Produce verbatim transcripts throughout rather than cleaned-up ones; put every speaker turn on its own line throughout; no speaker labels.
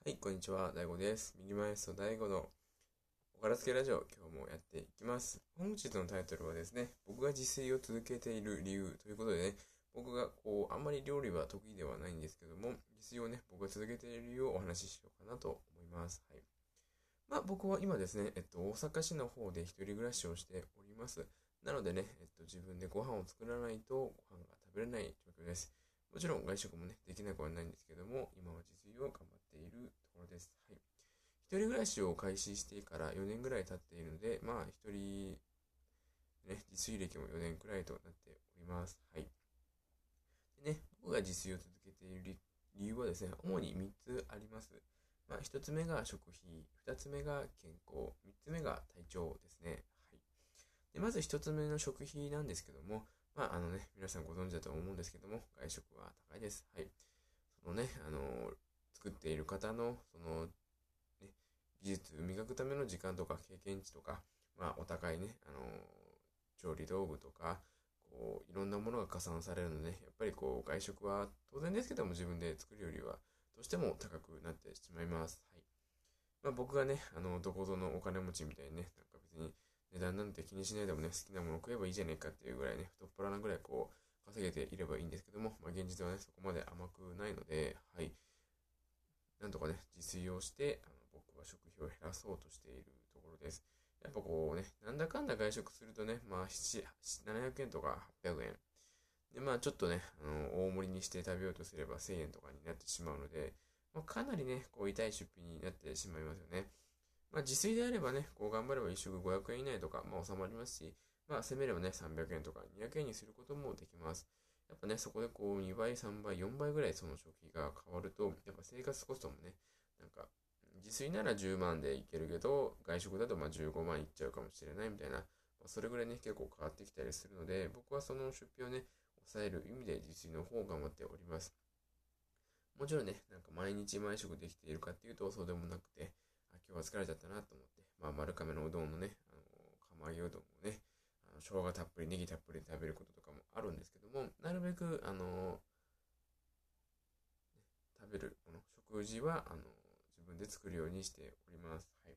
はい、こんにちは、大悟です。ミニマリスト大悟のお片付けラジオ、今日もやっていきます。本日のタイトルはですね、僕が自炊を続けている理由ということでね、僕がこう、あんまり料理は得意ではないんですけども、自炊をね、僕が続けている理由をお話ししようかなと思います。はい。まあ僕は今ですね、えっと、大阪市の方で一人暮らしをしております。なのでね、えっと、自分でご飯を作らないとご飯が食べれない状況です。もちろん外食もね、できなくはないんですけども、今は自炊を頑張っているところです。はい。一人暮らしを開始してからよねんぐらい経っているので、まあ一人、ね、自炊歴もよねんくらいとなっております。はい。でね、僕が自炊を続けている理由はですね、主にみっつあります。まあ、ひとつめが食費、ふたつめが健康、みっつめが体調ですね。はい。で、まずひとつめの食費なんですけども、まあ、あのね、皆さんご存知だと思うんですけども、外食は高いです。はい。そのね、あのー作っている方の、その、ね、技術を磨くための時間とか経験値とか、まあ、お高いね、あのー調理道具とか、こう、いろんなものが加算されるので、やっぱりこう、外食は当然ですけども自分で作るよりは、どうしても高くなってしまいます。はい。まあ、僕がね、あの、どこぞのお金持ちみたいにね、なんか別に値段なんて気にしないでもね、好きなものを食えばいいじゃねえかっていうぐらいね、太っ腹なぐらいこう、稼げていればいいんですけども、まあ、現実はね、そこまで甘くないので、はい。なんとかね、自炊をして、あの僕は食費を減らそうとしているところです。やっぱこうね、なんだかんだ外食するとね、まあ、ななひゃくえんとかはっぴゃくえん。で、まあ、ちょっとね、あの、大盛りにして食べようとすればせんえんとかになってしまうので、まあ、かなりね、こう、痛い出費になってしまいますよね。まあ、自炊であればね、こう、頑張れば一食ごひゃくえん以内とか、まあ、収まりますし、まあ、せめればね、さんびゃくえんとかにひゃくえんにすることもできます。やっぱね、そこでこう、にばい、さんばい、よんばいぐらいその食費が変わると、やっぱ生活コストもね、なんか、自炊ならじゅうまんでいけるけど、外食だとまあじゅうごまんいっちゃうかもしれないみたいな、まあ、それぐらいね、結構変わってきたりするので、僕はその出費をね、抑える意味で自炊の方を頑張っております。もちろんね、なんか毎日毎食できているかっていうとそうでもなくて、あ、今日は疲れちゃったなと思って、まあ丸亀のうどんのね、あの釜揚げうどんをね、あの生姜たっぷり、ネギたっぷりで食べることとかもあるんですけども、なるべく、あの食べるもの、食事は、あの自分で作るようにしております。はい。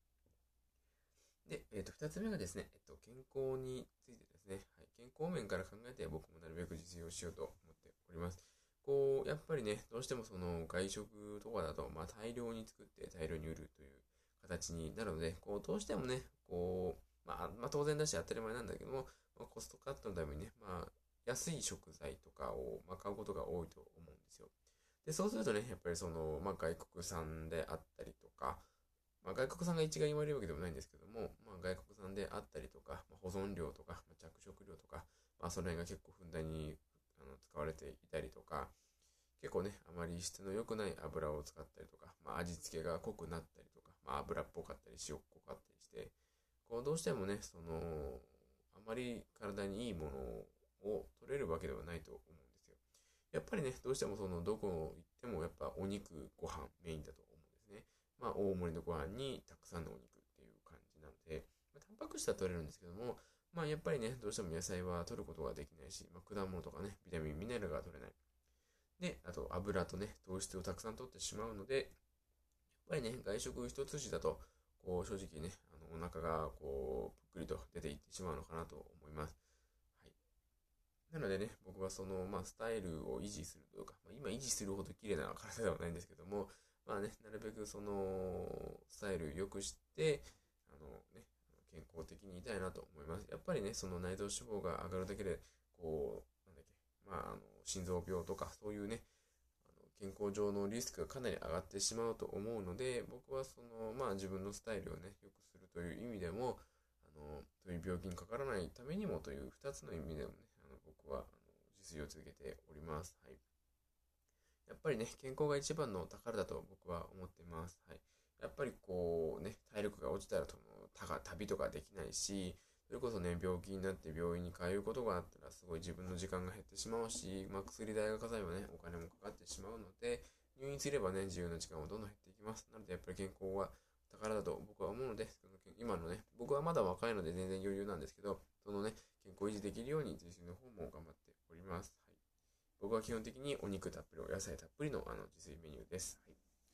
で、えっと、二つ目がですね、えっと、健康についてですね、はい、健康面から考えて僕もなるべく自炊をしようと思っております。こう、やっぱりね、どうしてもその外食とかだと、まあ大量に作って大量に売るという形になるので、こう、どうしてもね、こう、まあ、まあ当然だし当たり前なんだけども、まあ、コストカットのためにね、まあ、安い食材とかを、まあ、買うことが多いと思うんですよ。で、そうするとね、やっぱりその、まあ、外国産であったりとか、まあ、外国産が一概に言われるわけでもないんですけども、まあ、外国産であったりとか、まあ、保存料とか、まあ、着色料とか、まあ、その辺が結構ふんだんにあの使われていたりとか、結構ね、あまり質の良くない油を使ったりとか、まあ、味付けが濃くなったりとか、まあ、油っぽかったり塩っぽかったりして、こうどうしてもね、その、あまり体にいいものを取れるわけではないと思うんですよ。やっぱりね、どうしてもその、どこ行ってもやっぱお肉、ご飯メインだと思うんですね。まあ、大盛りのご飯にたくさんのお肉っていう感じなので、まあ、タンパク質は取れるんですけども、まあ、やっぱりね、どうしても野菜は取ることができないし、まあ、果物とかね、ビタミン、ミネラルが取れない。で、あと油とね、糖質をたくさん取ってしまうので、やっぱりね、外食一筋だと、こう、正直ね、あの、お腹が、こう、ぷっくりと出ていってしまうのかなと思います。はい。なのでね、僕はその、まあ、スタイルを維持するというか、まあ、今維持するほど綺麗な体ではないんですけども、まあね、なるべくその、スタイル良くして、あのね、健康的にいたいなと思います。やっぱりね、その内臓脂肪が上がるだけで、こう、なんだっけ、まあ、あの、心臓病とか、そういうね、あの健康上のリスクがかなり上がってしまうと思うので、僕はその、まあ自分のスタイルをね、良くするという意味でも、あの、そういう病気にかからないためにもという二つの意味でもね、あの僕はあの自炊を続けております。はい。やっぱりね、健康が一番の宝だと僕は思っています。はい。やっぱりこうね、体力が落ちたらそのたが旅とかできないし、それこそね、病気になって病院に通うことがあったら、すごい自分の時間が減ってしまうし、まあ、薬代がかさればね、お金もかかってしまうので、入院すればね、自由な時間はどんどん減っていきます。なので、やっぱり健康は宝だと僕は思うので、その今のね、僕はまだ若いので全然余裕なんですけど、そのね、健康維持できるように自身の方も頑張っております。はい。僕は基本的にお肉たっぷり、お野菜たっぷりのあの自炊メニューです。はい。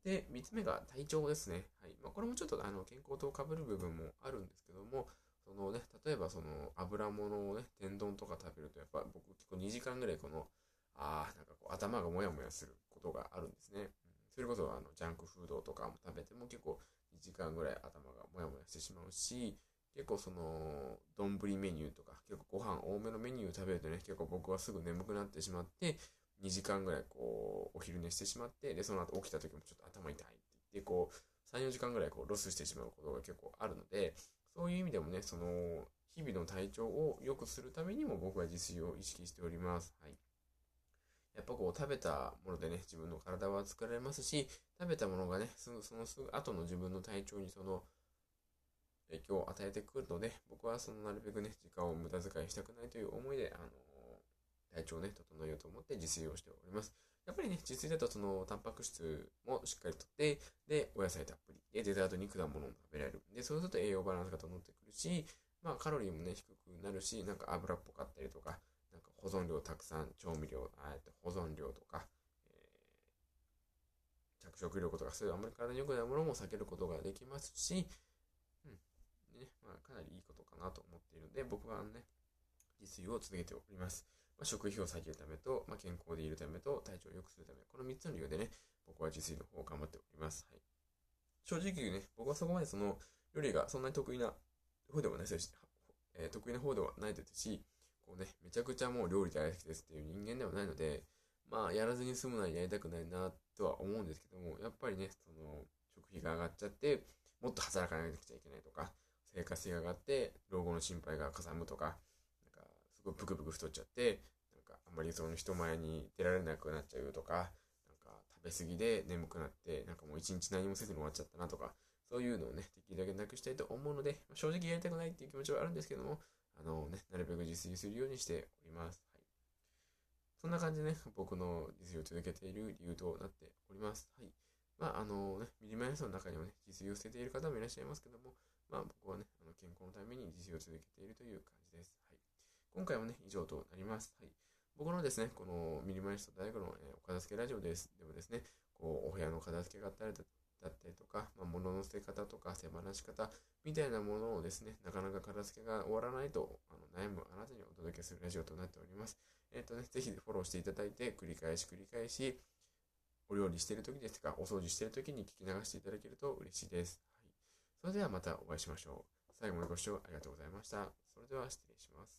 で、みっつめが体調ですね。はい。まあ、これもちょっとあの健康と被る部分もあるんですけども、そのね、例えばその油物をね、天丼とか食べると、やっぱ僕結構にじかんぐらいこの、あー、なんかこう頭がモヤモヤすることがあるんですね。うん、それこそあのジャンクフードとかも食べても結構にじかんぐらい頭がモヤモヤしてしまうし、結構その、丼メニューとか、結構ご飯多めのメニューを食べるとね、結構僕はすぐ眠くなってしまって、にじかんぐらいこう、お昼寝してしまって、で、その後起きた時もちょっと頭痛いって言って、こう、さん、よじかんぐらいこうロスしてしまうことが結構あるので、そういう意味でもね、その、日々の体調を良くするためにも僕は自炊を意識しております。はい。やっぱこう食べたものでね、自分の体は作られますし、食べたものがね、そのそのすぐ後の自分の体調にその影響を与えてくるので、僕はそのなるべくね、時間を無駄遣いしたくないという思いで、あのー、体調をね、整えようと思って自炊をしております。やっぱりね、自炊だとその、タンパク質もしっかりとって、で、お野菜たっぷり。で、デザートに果物も食べられる。で、そうすると栄養バランスが整ってくるし、まあ、カロリーもね、低くなるし、なんか油っぽかったりとか、なんか保存量たくさん、調味料、あと保存量とか、えー着色料とか、そういうあんまり体に良くないものも避けることができますし、うん。ね、まあ、かなりいいことかなと思っているので、僕はね、自炊を続けております。まあ、食費を下げるためと、まあ、健康でいるためと、体調を良くするため、このみっつの理由でね、僕は自炊の方を頑張っております。はい。正直ね、僕はそこまでその、料理がそんなに得意な方ではないですし、えー、得意な方ではないですし、こうね、めちゃくちゃもう料理大好きですっていう人間ではないので、まあ、やらずに済むのはやりたくないなとは思うんですけども、やっぱりね、その、食費が上がっちゃって、もっと働かなきゃいけないとか、生活費が上がって、老後の心配がかさむとか、なんか、すごいブクブク太っちゃって、なんか、あんまりその人前に出られなくなっちゃうとか、なんか、食べ過ぎで眠くなって、なんかもう一日何もせずに終わっちゃったなとか、そういうのをね、できるだけなくしたいと思うので、正直やりたくないっていう気持ちはあるんですけども、あのね、なるべく自炊するようにしております。はい。そんな感じでね、僕の自炊を続けている理由となっております。はい。まあ、あのね、ミニマリストの中にはね、自炊を捨てている方もいらっしゃいますけども、まあ、僕はね、あの健康のために自炊を続けているという感じです。はい。今回はね、以上となります。はい。僕のですね、このミニマリスト大悟の、えー、お片付けラジオです。でもですね、こう、お部屋の片付け方だったりとか、まあ、物の捨て方とか手放し方みたいなものをですね、なかなか片付けが終わらないとあの悩むあなたにお届けするラジオとなっております。えっ、ー、とね、ぜひフォローしていただいて、繰り返し繰り返し、お料理している時ですとか、お掃除している時に聞き流していただけると嬉しいです。はい。それではまたお会いしましょう。最後までご視聴ありがとうございました。それでは失礼します。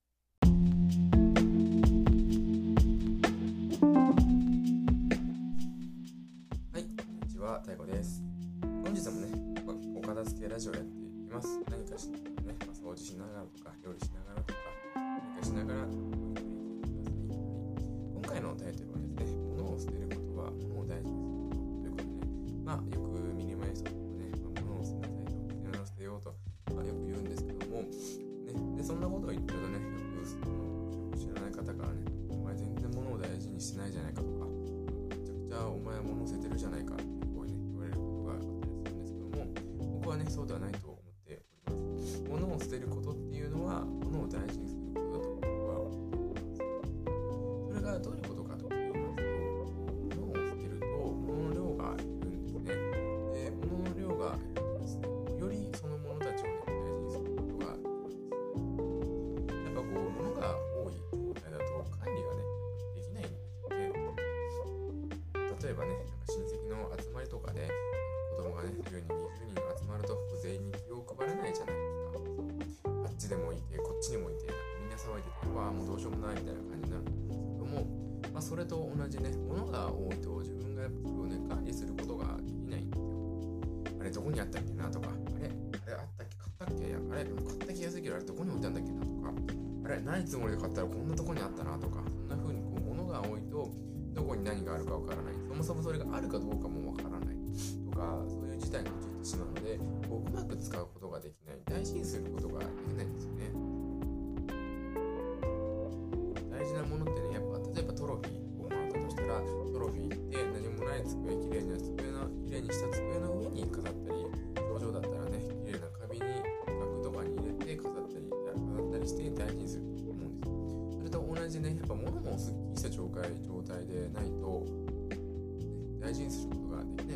はい、こんにちは、たいこです。本日もね、まあ、お片付けラジオをやっています。何かしながらね、まあ、掃除しながらとか、料理しながらとか、何かしながらお聞きください。はい。今回のタイトルはですね、物を捨てることは物を大事にすることということでね、まあ、よくミニマリストとかね、まあ、物を捨てなさいと、物を捨てようと、まあ、よく言うんですけども、ね、で、そんなことを言ってるとね、よくその知らない方からね、お前全然物を大事にしてないじゃないかとか、めちゃくちゃお前は物を捨ててるじゃないかってこうね、言われることがあったりするんですけども、僕はね、そうではないと思っております。物を捨てることっていうのは、物を大事にすることだと僕は思っております。それがどういうことかと言いますと、物を捨てると物の量が減るんですね。で、物の量が減るとですね、よりその物たちをね、大事にすることができるんです。やっぱこう、物が多い状態だと管理がね、できないんですよね。例えばね、なんか親戚の集まりとかで、子供がね、じゅうにん、にじゅうにん集まると全員に気を配れないじゃないですか。あっちでもいて、こっちにもいて、みんな騒いでて、わあ、もうどうしようもないみたいな感じになるんですけども、まあ、それと同じね、物が多いと自分がやっぱそれをね、管理することができないんですよ。あれ、どこにあったっけなとか、あれ、あれあったっけ、買ったっけ、いや、あれ、買った気がするけど、あれどこに置いたんだっけなとか、あれ、ないつもりで買ったらこんなとこにあったなとか、そんな風にこう、物が多いと、どこに何があるかわからない。そもそもそれがあるかどうかもわからない。とか、そういう事態に陥ってしまうので、こう、うまく使うことができない。大事にすることができないんですよね。大事なものってね、やっぱ、例えばトロフィーをもらったとしたら、トロフィーって何もない机、きれいな机の、きれいにした机の上に飾ったり、表情だったらね、きれいな花瓶に、額とかに入れて飾ったり、飾ったりして大事にすると思うんですよ。それと同じね、やっぱ物もすっきりした状態、状態でないと、ね、大事にすることができないん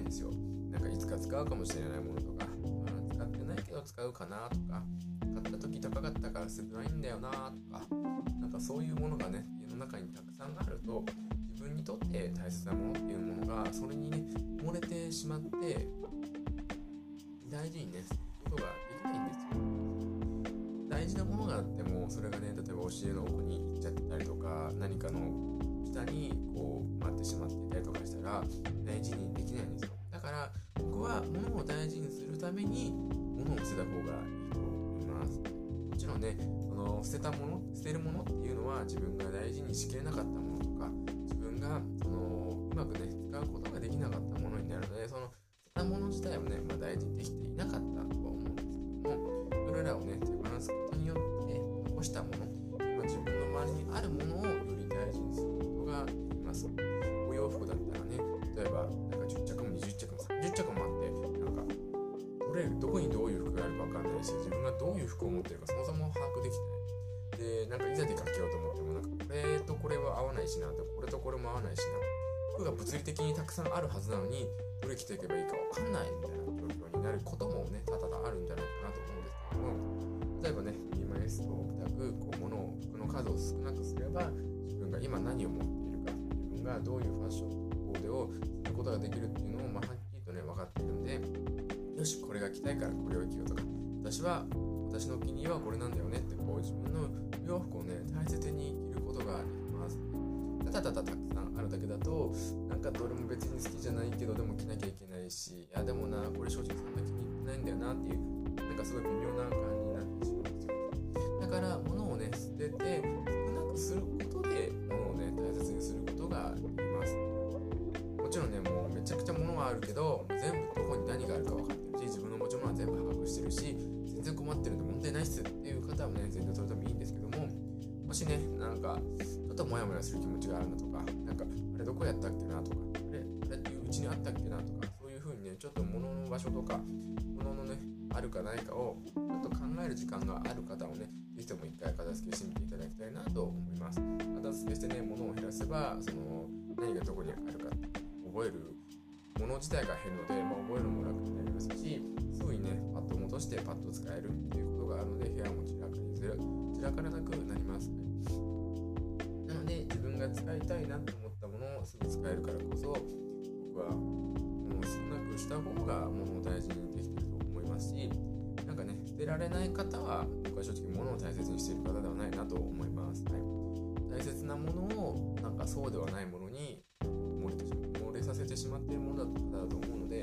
ですよ。なんかいつか使うかもしれないものとか、まあ、使ってないけど使うかなとか、買った時高かったから捨てないんだよなとか、なんかそういうものがね家の中にたくさんあると、自分にとって大切なものっていうものがそれにね埋もれてしまって大事にねすることができないんですよ。大事なものがあってもそれがね、例えば教えの奥に行っちゃってたりとか、何かの下にこう埋まってしまっていたりとかしたら大事にできないんですよ。だから僕は物を大事にするために物を捨てた方がいいと思います。もちろんね、その捨てたもの捨てるものっていうのは自分が大事にしきれなかったものとか、自分がそのうまくね使うことができなかったものになるので、その捨てたもの自体をね、まあ、大事にできていなかったとは思うんですけども、それらをね手放すことによって残したもの、今自分の周りにあるものをより大事にすることができます。お洋服だったらね、例えばなんかじゅっちゃくもにじゅっちゃくもさんじゅっちゃくもあって、なんかどれどこにどういう服があるか分かんないし、自分がどういう服を持ってるかそもそも把握できてない。で、なんかいざ出かけようと思っても、なんかこれとこれは合わないしな、これとこれも合わないしな、服が物理的にたくさんあるはずなのに、どれ着ていけばいいか分かんないみたいな状況になることもね、多々あるんじゃないかなと思うんですけども、例えばね、ミニマリストを置きたく、こう物を服の数を少なくすれば、自分が今何を持っているか、自分がどういうファッションコーデをすることができるっていうのを、まあ、はっきりとね分かっているんで、よしこれが着たいからこれを着ようとか、私は私のお気に入りはこれなんだよねって、こう自分の洋服をね大切に着ることができます。ただただたくさんあるだけだと、なんかどれも別に好きじゃないけどでも着なきゃいけないし、いやでもなこれ正直そんな気に入ってないんだよなっていう、なんかすごい微妙な感じになってしまうんですよ。だから物をね捨てて少なくすることで物をね大切にすることができます。もちろんね、もうめちゃくちゃ物はあるけど、全部どこに何があるか分かってるし、自分の持ち物は全部把握してるし、全然困ってるんで問題ないっすっていう方はね全然それでもいいんですけども、もしねなんかちょっとモヤモヤする気持ちがあるなとか、なんかあれどこやったっけなとか、あれあれっていううちにあったっけなとか、そういう風にねちょっと物の場所とか物のねあるかないかをちょっと考える時間がある方をね、ぜひとも一回片付けしてみていただきたいなと思います。片付けしてね物を減らせば、その何がどこにあるか覚えるもの自体が減るので、まあ、覚えるのも楽になりますし、すぐにねパッと戻してパッと使えるっていうことがあるので、部屋も散らかりづら散らからなくなります。なので自分が使いたいなと思ったものをすぐ使えるからこそ、僕はもう少なくした方が物を大事にできていると思いますし、なんかね捨てられない方は僕は正直物を大切にしている方ではないなと思います。はい、大切なものをなんかそうではないものに漏れてしまう漏れさせてしまっているものだったと思うので、うん、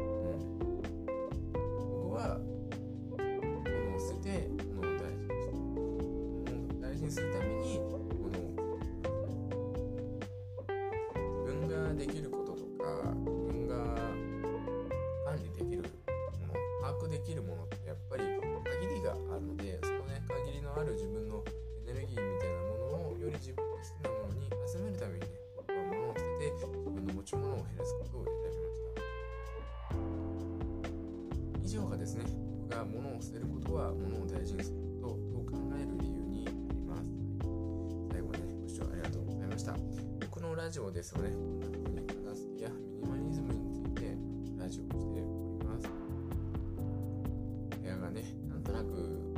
僕は物を捨てて物を大事にして物を大事にするために物を自分ができることとか、自分が管理できるもの、把握できるものってやっぱり限りがあるので、そのね限りのある自分のエネルギーみたいなものをより自分の好きなものに集めるためにね、僕は物を捨てて自分の持ち物を減らすことを選びました。以上がですね、僕が物を捨てることは物を大事にすることと考える理由になります。最後まで、ね、ご視聴ありがとうございました。僕のラジオですよね、こんな風に片付けやミニマリズムについてラジオをしております。部屋がね、なんとなく